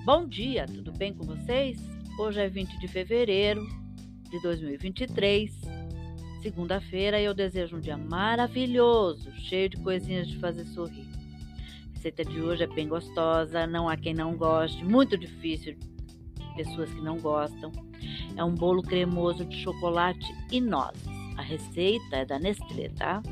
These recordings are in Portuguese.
Bom dia, tudo bem com vocês? Hoje é 20 de fevereiro de 2023, segunda-feira, e eu desejo um dia maravilhoso, cheio de coisinhas de fazer sorrir. A receita de hoje é bem gostosa, não há quem não goste, muito difícil, pessoas que não gostam. É um bolo cremoso de chocolate e nozes. A receita é da Nestlé, tá?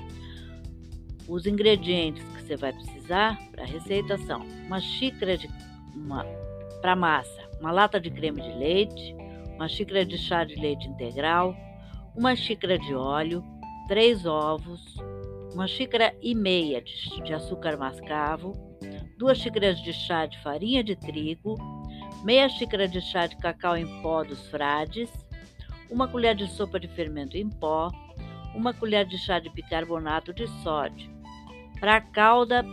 Os ingredientes que você vai precisar para a receita são uma xícara para massa, uma lata de creme de leite, uma xícara de chá de leite integral, uma xícara de óleo, 3 ovos, uma xícara e meia de açúcar mascavo, 2 xícaras de chá de farinha de trigo, meia xícara de chá de cacau em pó dos Frades, uma colher de sopa de fermento em pó, uma colher de chá de bicarbonato de sódio, para a calda,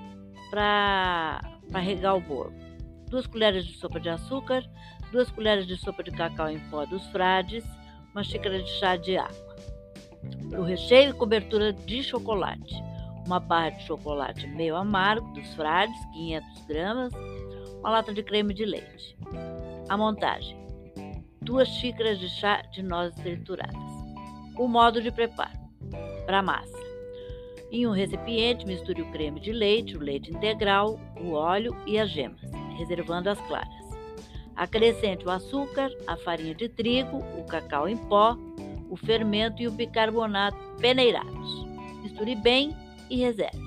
para regar o bolo, 2 colheres de sopa de açúcar, 2 colheres de sopa de cacau em pó dos Frades, uma xícara de chá de água. Para o recheio e cobertura de chocolate, uma barra de chocolate meio amargo dos Frades, 500 gramas, uma lata de creme de leite. A montagem: 2 xícaras de chá de nozes trituradas. O modo de preparo: para a massa. Em um recipiente, misture o creme de leite, o leite integral, o óleo e as gemas, reservando as claras. Acrescente o açúcar, a farinha de trigo, o cacau em pó, o fermento e o bicarbonato peneirados. Misture bem e reserve.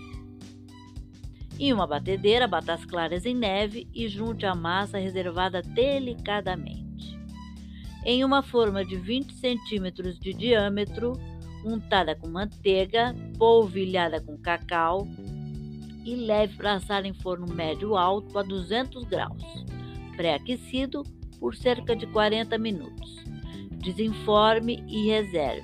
Em uma batedeira, bata as claras em neve e junte a massa reservada delicadamente. Em uma forma de 20 centímetros de diâmetro, untada com manteiga, polvilhada com cacau e leve para assar em forno médio alto a 200 graus, pré-aquecido por cerca de 40 minutos. Desenforme e reserve.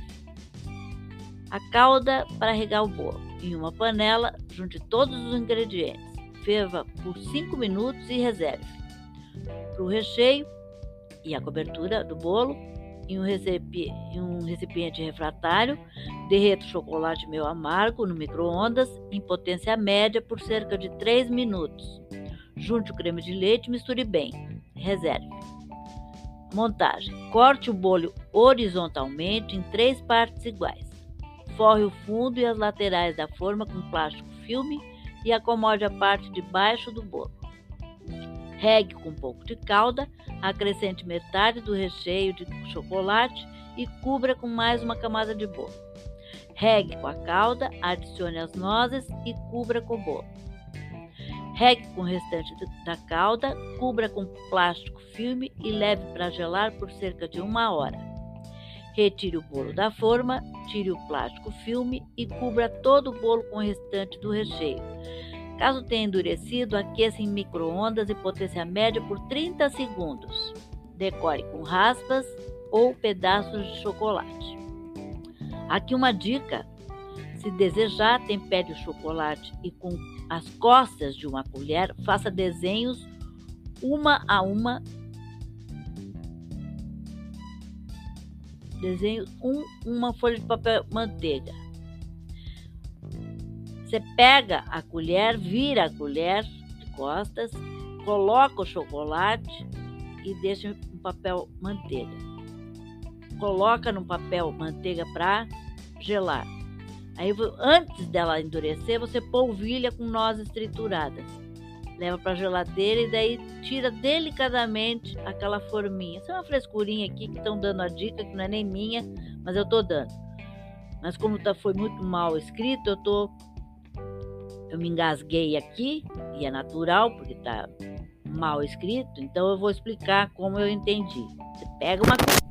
A calda para regar o bolo. Em uma panela, junte todos os ingredientes, ferva por 5 minutos e reserve. Para o recheio e a cobertura do bolo, em um recipiente refratário, derreta o chocolate meio amargo no micro-ondas em potência média por cerca de 3 minutos. Junte o creme de leite e misture bem. Reserve. Montagem: corte o bolo horizontalmente em 3 partes iguais. Forre o fundo e as laterais da forma com plástico filme e acomode a parte de baixo do bolo. Regue com um pouco de calda, acrescente metade do recheio de chocolate e cubra com mais uma camada de bolo. Regue com a calda, adicione as nozes e cubra com o bolo. Regue com o restante da calda, cubra com plástico filme e leve para gelar por cerca de 1 hora. Retire o bolo da forma, tire o plástico filme e cubra todo o bolo com o restante do recheio. Caso tenha endurecido, aqueça em micro-ondas em potência média por 30 segundos. Decore com raspas ou pedaços de chocolate. Aqui uma dica: se desejar, tempere o chocolate e com as costas de uma colher, faça desenhos uma a uma. Desenho uma folha de papel manteiga. Você pega a colher, vira a colher de costas, coloca o chocolate e deixa no papel manteiga. Coloca no papel manteiga para gelar. Aí, antes dela endurecer, você polvilha com nozes trituradas. Leva para a geladeira e daí tira delicadamente aquela forminha. Isso é uma frescurinha aqui que estão dando a dica, que não é nem minha, mas eu estou dando. Mas como foi muito mal escrito, eu me engasguei aqui, e é natural, porque está mal escrito, então eu vou explicar como eu entendi. Você pega uma